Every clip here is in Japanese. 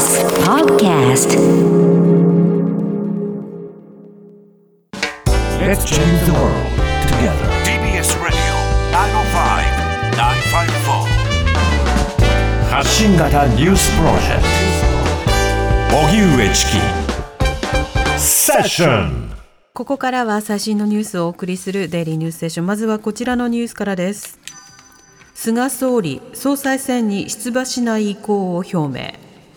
TBS Podcast. Let's change the world together. TBS Radio 905-954 発信型ニュースプロジェクト荻上チキセッション。 ここからは最新のニュースをお送りするデイリーニュースセッション。まずはこちらのニュースからです。菅総理、総裁選に出馬しない意向を表明。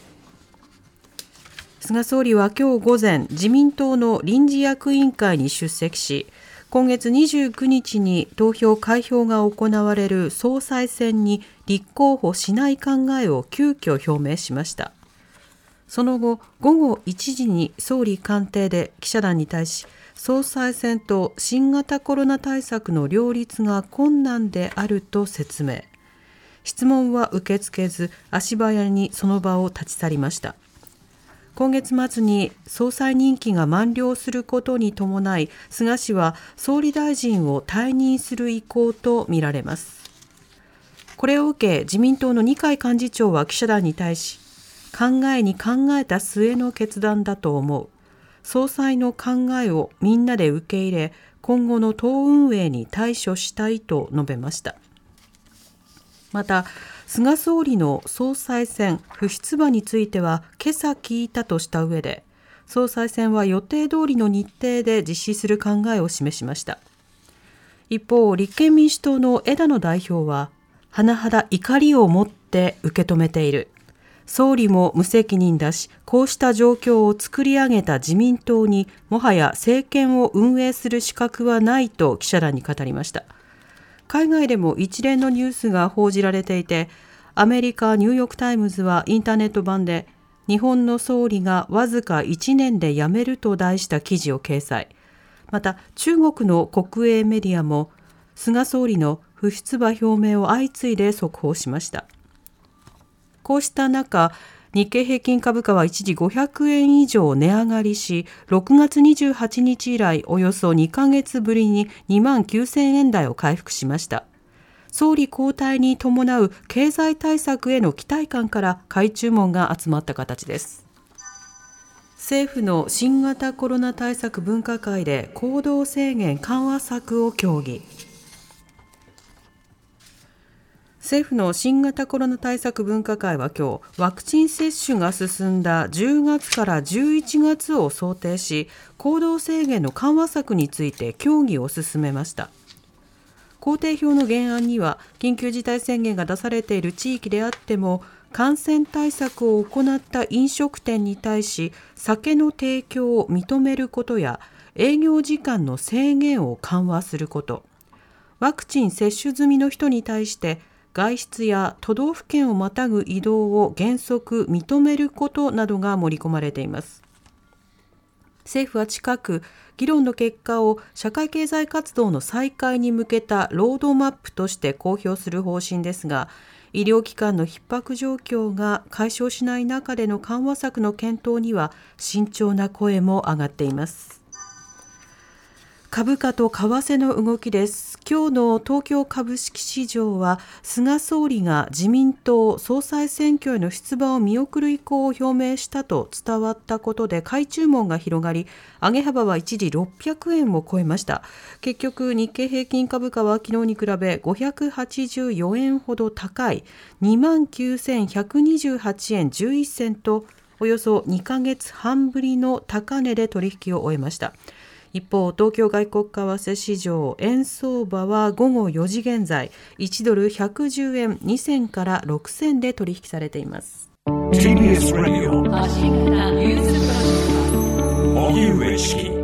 菅総理は今日午前、自民党の臨時役員会に出席し、今月29日に投票開票が行われる総裁選に立候補しない考えを急遽表明しました。その後、午後1時に総理官邸で記者団に対し、総裁選と新型コロナ対策の両立が困難であると説明。質問は受け付けず、足早にその場を立ち去りました。今月末に総裁任期が満了することに伴い、菅氏は総理大臣を退任する意向とみられます。これを受け、自民党の二階幹事長は記者団に対し、考えに考えた末の決断だと思う。総裁の考えをみんなで受け入れ、今後の党運営に対処したいと述べました。また、菅総理の総裁選不出馬については今朝聞いたとした上で、総裁選は予定通りの日程で実施する考えを示しました。一方、立憲民主党の枝野代表は、甚だ怒りを持って受け止めている。総理も無責任だし、こうした状況を作り上げた自民党にもはや政権を運営する資格はないと記者団に語りました。海外でも一連のニュースが報じられていて、アメリカニューヨークタイムズはインターネット版で、日本の総理がわずか1年で辞めると題した記事を掲載。また中国の国営メディアも菅総理の不出馬表明を相次いで速報しました。こうした中、日経平均株価は一時500円以上値上がりし、6月28日以来およそ2ヶ月ぶりに2万9000円台を回復しました。総理交代に伴う経済対策への期待感から買い注文が集まった形です。政府の新型コロナ対策分科会で行動制限緩和策を協議。政府の新型コロナ対策分科会は今日、ワクチン接種が進んだ10月から11月を想定し、行動制限の緩和策について協議を進めました。工程表の原案には、緊急事態宣言が出されている地域であっても、感染対策を行った飲食店に対し、酒の提供を認めることや、営業時間の制限を緩和すること、ワクチン接種済みの人に対して、外出や都道府県をまたぐ移動を原則認めることなどが盛り込まれています。政府は近く、議論の結果を社会経済活動の再開に向けたロードマップとして公表する方針ですが、医療機関の逼迫状況が解消しない中での緩和策の検討には慎重な声も上がっています。株価と為替の動きです。今日の東京株式市場は、菅総理が自民党総裁選挙への出馬を見送る意向を表明したと伝わったことで買い注文が広がり、上げ幅は一時600円を超えました。結局、日経平均株価は昨日に比べ584円ほど高い 29,128 円11銭と、およそ2ヶ月半ぶりの高値で取引を終えました。一方、東京外国為替市場、円相場は午後4時現在、1ドル110円2銭から6銭で取引されています。 TBS Radio 荻上チキ